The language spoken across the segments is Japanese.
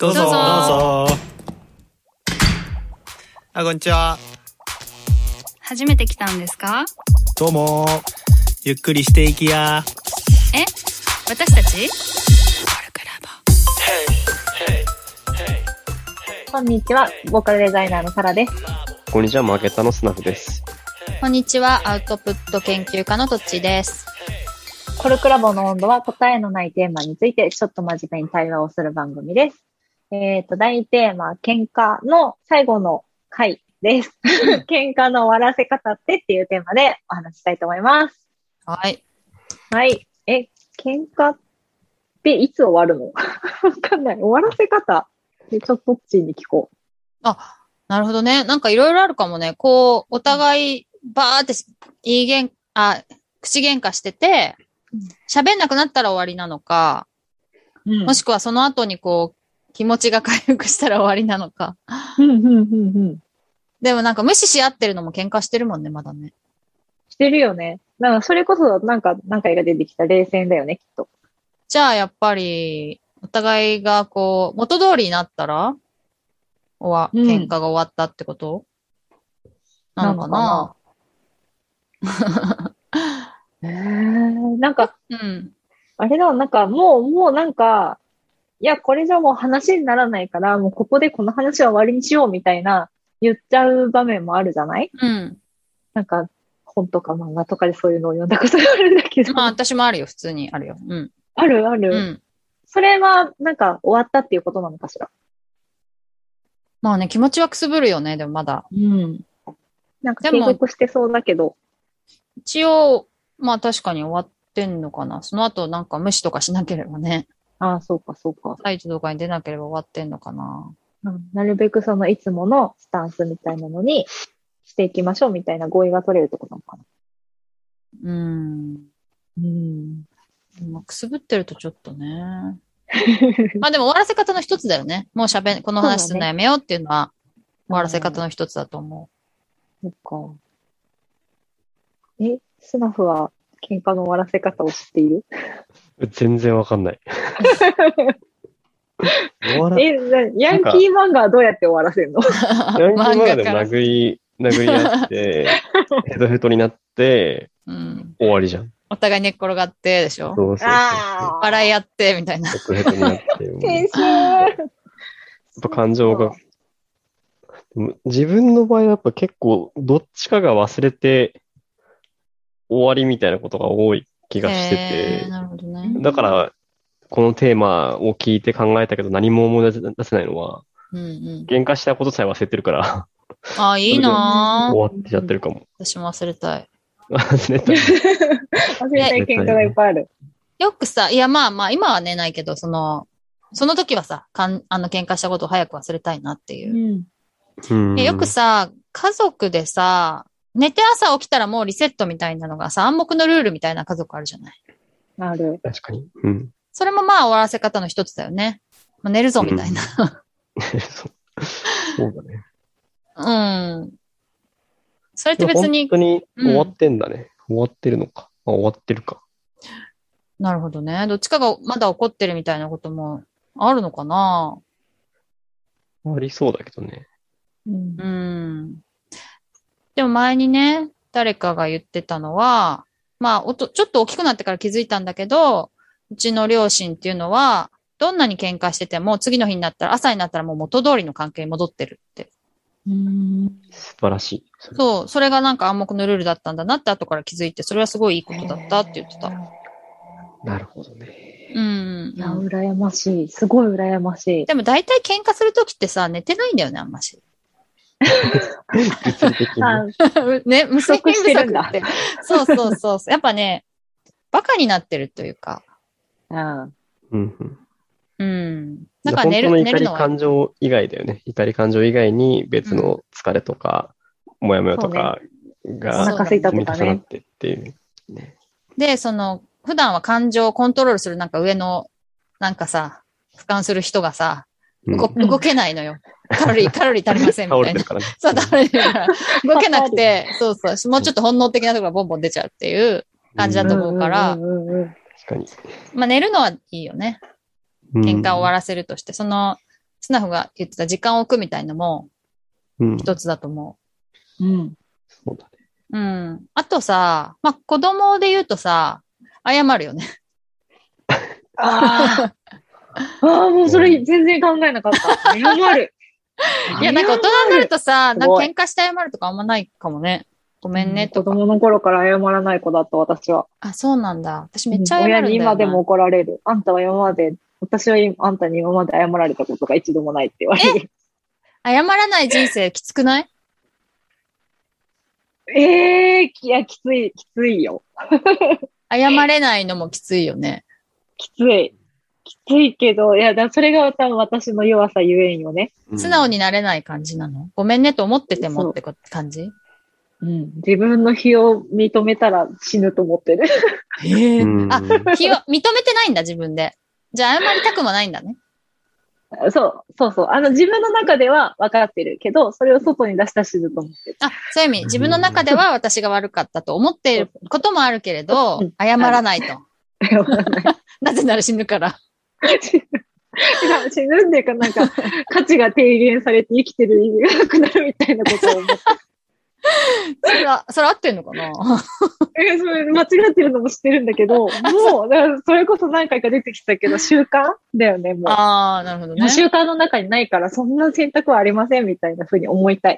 どうぞ。こんにちは。 初めて来たんですか？ どうも。ゆっくりしていきや。 私たち？ こんにちは、ボーカルデザイナーのサラです。 こんにちは、マーケッターのスナフです。 こんにちは、アウトプット研究家のトッチーです。 コルクラボの温度は答えのないテーマについてちょっと真面目に対話をする番組です。第2テーマ、喧嘩の最後の回です。喧嘩の終わらせ方ってっていうテーマでお話ししたいと思います。 はい。 はい。喧嘩っていつ終わるの？わかんない。終わらせ方ちょっとトッチーに聞こう。 なるほどね。なんかいろいろあるかもね。こう、お互い、バーって口喧嘩してて、喋んなくなったら終わりなのか、もしくはその後にこう、気持ちが回復したら終わりなのか。でもなんか無視し合ってるのも喧嘩してるもんね、まだね。 してるよね。だからそれこそなんか何回か出てきた冷戦だよね、きっと。 じゃあやっぱり、お互いがこう、元通りになったら、喧嘩が終わったってことなのかな？ なんか、あれだ、なんか、もうなんか、いや、これじゃもう話にならないから、もうここでこの話は終わりにしようみたいな言っちゃう場面もあるじゃない？なんか、本とか漫画とかでそういうのを読んだことがあるんだけど。 まあ、私もあるよ、普通にあるよ。 ある。それは、なんか、終わったっていうことなのかしら。 まあね、気持ちはくすぶるよね、でもまだ。 なんか継続してそうだけど。 一応、まあ確かに終わってんのかな。その後なんか無視とかしなければね。 ああ、そうか。 サイトとかに出なければ終わってんのかな。 なるべくそのいつものスタンスみたいなのにしていきましょうみたいな合意が取れるってことなのかな。 まあ、くすぶってるとちょっとね。まあでも終わらせ方の一つだよね。もうこの話するのやめようっていうのは終わらせ方の一つだと思う。そっか。スナフは喧嘩の終わらせ方を知っている？ 全然わかんない。 ヤンキー漫画はどうやって終わらせるの？ ヤンキー漫画でも殴り合って、ヘトヘトになって、終わりじゃん。 お互い寝っ転がってでしょ？ そう。 笑い合って、みたいな。 ヘトヘトになって。 やっぱ感情が。自分の場合はやっぱ結構、どっちかが忘れて終わりみたいなことが多い気がしてて。 なるほどね。 だから、このテーマを聞いて考えたけど何も思い出せないのは、喧嘩したことさえ忘れてるから。 いいなぁ。終わっちゃってるかも。 私も忘れたい。 忘れたい喧嘩がいっぱいある。 よくさ、いやまあ今はねないけど、その時はさ、喧嘩したことを早く忘れたいなっていう。よくさ、家族でさ、寝て朝起きたらもうリセットみたいなのがさ、暗黙のルールみたいな家族あるじゃない。 ある。 確かに。 それもまあ終わらせ方の一つだよね。寝るぞみたいな。 そうだね。 それって別に。 本当に終わってんだね。終わってるのか。終わってるか。 なるほどね。どっちかがまだ起こってるみたいなこともあるのかな。 ありそうだけどね。 でも前にね、誰かが言ってたのは、まあ、ちょっと大きくなってから気づいたんだけど、うちの両親っていうのは、どんなに喧嘩してても、次の日になったら、朝になったらもう元通りの関係に戻ってるって。 素晴らしい。 そう、それがなんか暗黙のルールだったんだなって後から気づいて、それはすごいいいことだったって言ってた。 なるほどね。 いや、羨ましい。すごい羨ましい。 でも大体喧嘩するときってさ、寝てないんだよね、あんまし。 物理的に。 ね、無睡眠不足って。そう。やっぱね、バカになってるというか。 なんか寝るのは。本当の怒り感情以外だよね。怒り感情以外に別の疲れとか、もやもやとかが積み重なってっていう。 で、普段は感情をコントロールするなんか上の、なんかさ、俯瞰する人がさ、動けないのよ。カロリー足りませんみたいな。そう、倒れてるから。動けなくて、そう、もうちょっと本能的なところがボンボン出ちゃうっていう感じだと思うから、 確かに。 まあ寝るのはいいよね。喧嘩を終わらせるとして、 スナフが言ってた時間を置くみたいのも、 うん。 一つだと思うん。 そうだね。 う。うん。あとさ、まあ、子供で言うとさ、謝るよね。 ああ、もうそれ全然考えなかった。謝る。 いや、なんか大人になるとさ、なんかすごい喧嘩して謝るとかあんまないかもね。ごめんねとか。 子供の頃から謝らない子だった私は。 あ、そうなんだ。私めっちゃ謝るんだよな。 親に今でも怒られる。あんたは今まで、私はあんたに今まで謝られたことが一度もないって言われる。 謝らない人生きつくない？ いや、きついよ。 謝れないのもきついよね。 きつい。きついけど、いや、それが多分私の弱さゆえんよね。 素直になれない感じなの？ごめんねと思っててもって感じ？ うん。自分の非を認めたら死ぬと思ってる。 へえ。あ、非を認めてないんだ、自分で。じゃあ謝りたくもないんだね。 そう。自分の中では分かってるけど、それを外に出したら死ぬと思ってる。 あ、そういう意味。自分の中では私が悪かったと思っていることもあるけれど、謝らないと。なぜなら死ぬから。 死ぬっていうか、なんか、価値が低減されて生きてる意味がなくなるみたいなことを思って。 それ合ってんのかな？ それ間違ってるのも知ってるんだけど、もう、だからそれこそ何回か出てきたけど、習慣だよね、もう。 ああ、なるほどね。 習慣の中にないから、そんな選択はありませんみたいな風に思いたい。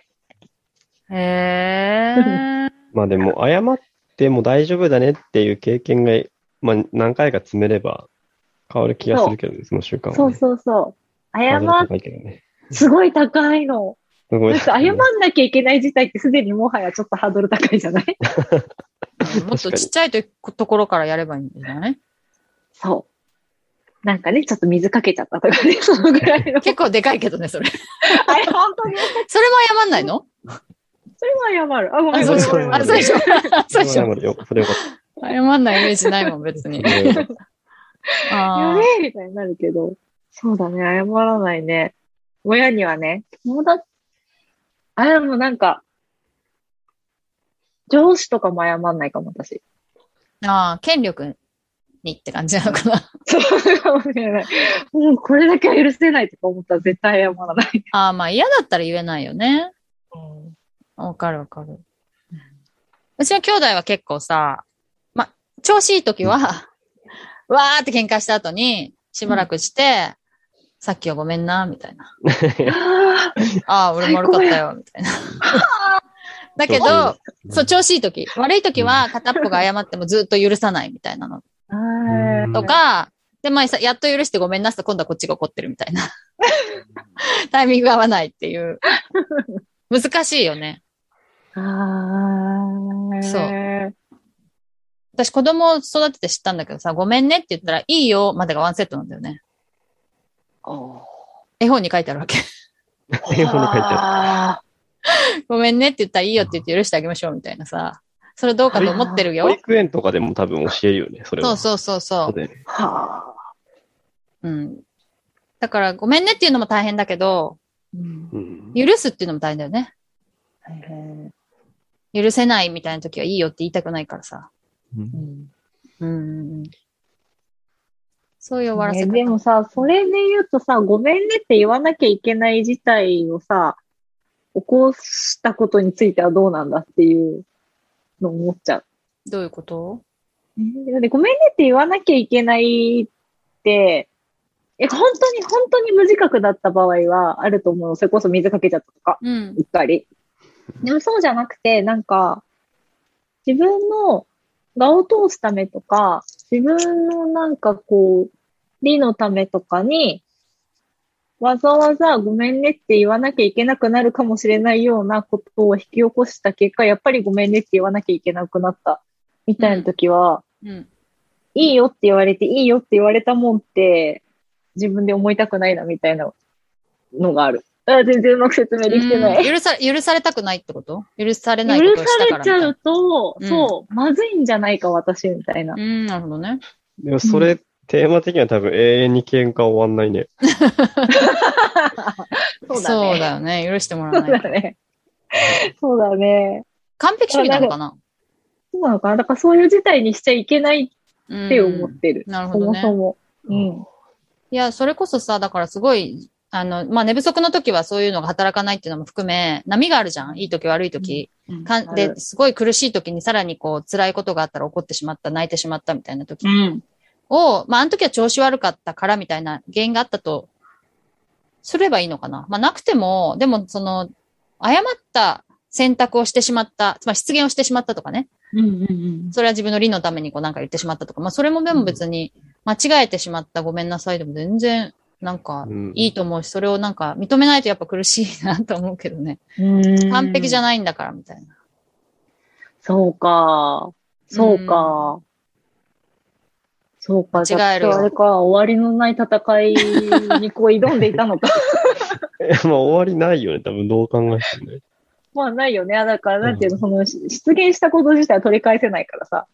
へー。 まあでも、謝っても大丈夫だねっていう経験が、まあ何回か積めれば変わる気がするけどね、その習慣は、ね。 そう。謝高いけどね。 すごい高いの。 すごい、 ね。謝んなきゃいけない事態ってすでにもはやちょっとハードル高いじゃない？ もっとちっちゃいところからやればいいんじゃない？ そう。なんかね、ちょっと水かけちゃったとかね、そのぐらいの。 結構でかいけどね、それ。 本当に。 それも謝んないの？ それは謝る。あ、ごめん、 そうでしょ。そうでしょ。 そうでしょ。それよかっ謝んないイメージないもん、別に。 やべえみたいになるけど。そうだね、謝らないね。親にはね、もうなんか、上司とかも謝んないかも、私。 ああ、権力にって感じなのかな。 そうかもしれない。もうこれだけは許せないとか思ったら絶対謝らない。 ああ、まあ嫌だったら言えないよね。わかる。うちの兄弟は結構さ、ま、調子いい時は、わーって喧嘩した後に、しばらくして、さっきはごめんな、みたいな。ああ、俺も悪かったよ、みたいな。だけど、そう、調子いい時。悪い時は片っぽが謝ってもずっと許さないみたいなの。とか、で、まあ、やっと許してごめんなさい、今度はこっちが怒ってるみたいな。タイミング合わないっていう。難しいよね。そう。私子供を育てて知ったんだけどさ、ごめんねって言ったらいいよまでがワンセットなんだよね。絵本に書いてあるわけ。 絵本に書いてある。ごめんねって言ったらいいよって言って許してあげましょうみたいなさ。それどうかと思ってるよ。 保育園とかでも多分教えるよね、それは。 そう。 そうだよね。 うん。だからごめんねっていうのも大変だけど、許すっていうのも大変だよね。許せないみたいな時はいいよって言いたくないからさ。そういう終わらせ方。 でもさ、それで言うとさ、ごめんねって言わなきゃいけない事態をさ、起こしたことについてはどうなんだっていうのを思っちゃう。 どういうこと？ ごめんねって言わなきゃいけないって、本当に無自覚だった場合はあると思う。それこそ水かけちゃったとか、うっかり。でもそうじゃなくて、なんか、自分の我を通すためとか、自分のなんかこう、理のためとかに、わざわざごめんねって言わなきゃいけなくなるかもしれないようなことを引き起こした結果、やっぱりごめんねって言わなきゃいけなくなったみたいな時は、いいよって言われて、いいよって言われたもんって、自分で思いたくないなみたいなのがある。全然うまく説明できてない。 許されたくないってこと？許されないことをしたからみたいな。 許されちゃうと、そう、まずいんじゃないか、私、みたいな。 なるほどね。 でもそれ、テーマ的には多分永遠に喧嘩終わんないね。 そうだよね。許してもらわないと。 そうだね。 完璧主義なのかな？ そうなのかな？だからそういう事態にしちゃいけないって思ってる。 なるほどね。 そもそも。 いや、それこそさ、だからすごいまあ、寝不足の時はそういうのが働かないっていうのも含め、波があるじゃん。いい時悪い時。で、すごい苦しい時にさらにこう、辛いことがあったら怒ってしまった、泣いてしまったみたいな時を、まあ、あの時は調子悪かったからみたいな原因があったと、すればいいのかな。まあ、なくても、でも、誤った選択をしてしまった、つまり失言をしてしまったとかね。それは自分の利のためにこうなんか言ってしまったとか、まあ、それもでも別に、間違えてしまったごめんなさいでも全然、なんか、いいと思うし、それをなんか認めないとやっぱ苦しいなと思うけどね。完璧じゃないんだから、みたいな。 そうか。そうか。そうか。 間違えるよ。 あれか、終わりのない戦いにこう挑んでいたのか。 まあ終わりないよね、多分どう考えてもね。 まあないよね。だから、なんていうの、その、出現したこと自体は取り返せないからさ。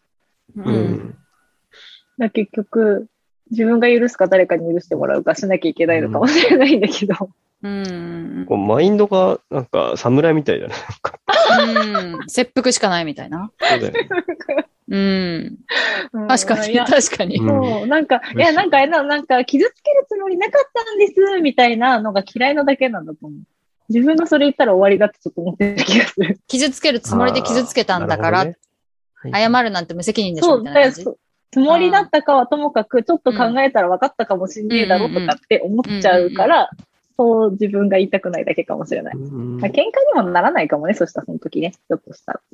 結局、自分が許すか誰かに許してもらうかしなきゃいけないのかもしれないんだけど。 こうマインドが、なんか、侍みたいだね。 切腹しかないみたいな。 そうだよね。 確かに、確かに。 そう、なんか、いや、なんか、傷つけるつもりなかったんです、みたいなのが嫌いなだけなんだと思う。自分がそれ言ったら終わりだってちょっと思ってる気がする。 傷つけるつもりで傷つけたんだから、謝るなんて無責任でしょみたいな感じ。 そう、つもりだったかはともかく、ちょっと考えたら分かったかもしんねえだろとかって思っちゃうから、そう自分が言いたくないだけかもしれない。喧嘩にもならないかもね、そしたらその時ね、ちょっとしたら。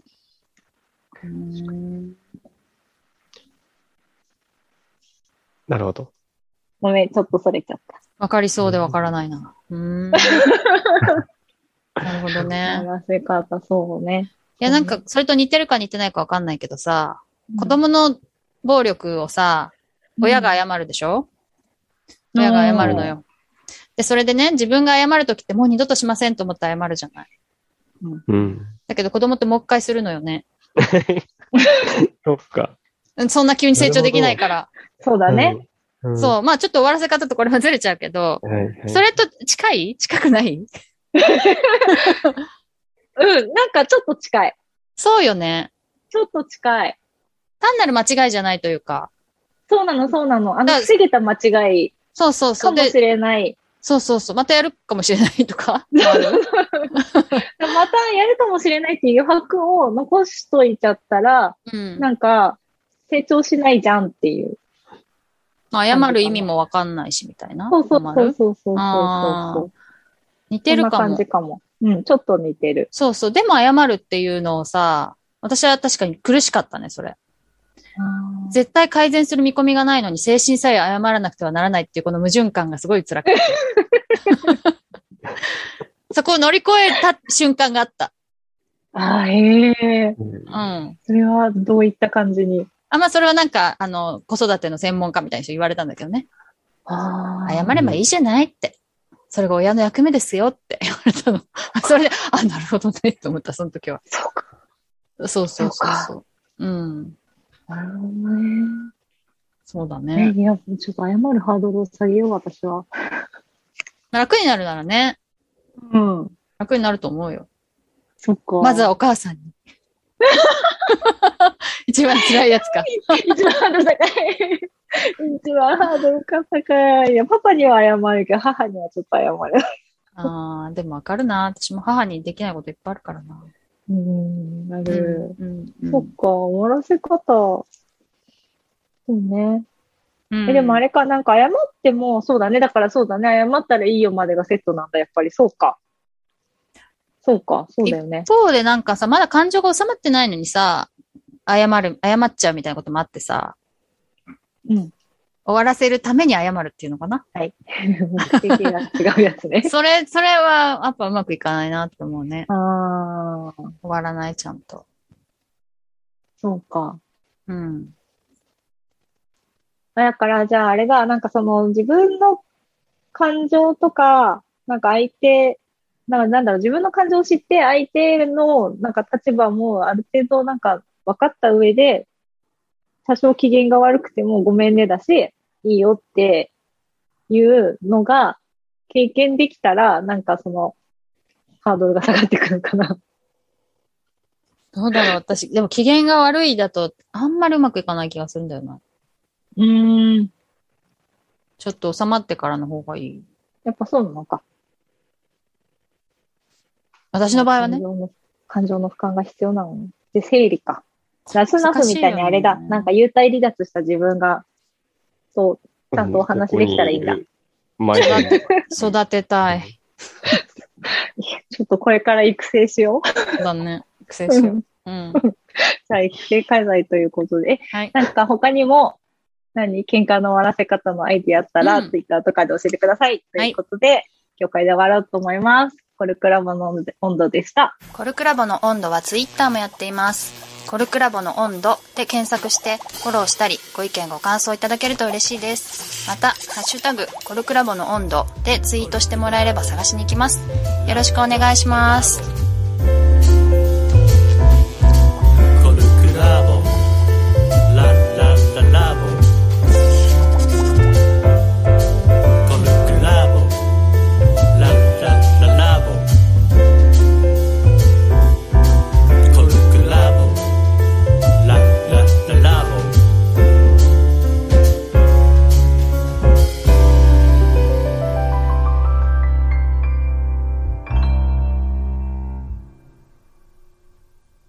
なるほど。 ごめん、ちょっとそれちゃった。 わかりそうでわからないな。なるほどね。 話せ方、そうね。 いや、なんか、それと似てるか似てないかわかんないけどさ、子供の暴力をさ、親が謝るでしょ？親が謝るのよ。で、それでね、自分が謝るときってもう二度としませんと思って謝るじゃない。だけど子供ってもう一回するのよね。 そっか。 そんな急に成長できないから。 そうだね。 そう。まあちょっと終わらせ方とこれはずれちゃうけど、それと近くないなんかちょっと近い。 そうよね。 ちょっと近い。 単なる間違いじゃないというか。 そうなの。防げた間違い。 そう。 かもしれない。 そう。またやるかもしれないとか。またやるかもしれないっていう余白を残しといちゃったら、なんか、成長しないじゃんっていう。 謝る意味もわかんないし、みたいな。 そう。 似てるかも。 そんな感じかも。ちょっと似てる。 そう。でも謝るっていうのをさ、私は確かに苦しかったね、それ。絶対改善する見込みがないのに精神さえ謝らなくてはならないっていうこの矛盾感がすごい辛くて。そこを乗り越えた瞬間があった。 へえ。それはどういった感じに？ まあそれはなんか、子育ての専門家みたいな人言われたんだけどね。謝ればいいじゃないって。それが親の役目ですよって言われたの。それで、なるほどね、と思った、その時は。 そうか。 そう。 なるほどね。 そうだね。 いや、ちょっと謝るハードルを下げよう、私は。 楽になるならね。楽になると思うよ。 そっか。 まずはお母さんに。一番辛いやつか。 一番ハードル高い。一番ハードルが高い。いや、パパには謝るけど、母にはちょっと謝れない。 でもわかるな。私も母にできないこといっぱいあるからな。 なる。そっか、終わらせ方。そうね。でもあれか、なんか謝っても、そうだね。だからそうだね。謝ったらいいよまでがセットなんだ、やっぱり。そうか。そうだよね。 一方でなんかさ、まだ感情が収まってないのにさ、謝っちゃうみたいなこともあってさ。終わらせるために謝るっていうのかな。 はい。目的が違うやつね。 それは、やっぱうまくいかないなって思うね。 終わらない、ちゃんと。 そうか。だから、じゃああれだ、なんかその自分の感情とか、なんか相手、なんだろう、自分の感情を知って相手のなんか立場もある程度なんか分かった上で、多少機嫌が悪くてもごめんねだし、いいよっていうのが経験できたら、なんかそのハードルが下がってくるかな。 どうだろう、私、でも機嫌が悪いだとあんまりうまくいかない気がするんだよな。ちょっと収まってからの方がいい。 やっぱそうなのか。 私の場合はね。 感情の俯瞰が必要なのね。で、整理か。夏ナフみたいにあれだ。なんか幽体離脱した自分が、そう、ちゃんとお話できたらいいんだ。 育てたい。 ちょっとこれから育成しよう。 そうだね。育成しよう。うん。 じゃあ、育成介在ということで。 はい。 なんか他にも、喧嘩の終わらせ方のアイディアあったら、ツイッターとかで教えてください。ということで、今日会で終わろうと思います。コルクラボの温度でした。 コルクラボの温度はツイッターもやっています。コルクラボの温度で検索してフォローしたり、ご意見ご感想いただけると嬉しいです。また、ハッシュタグコルクラボの温度でツイートしてもらえれば探しに行きます。よろしくお願いします。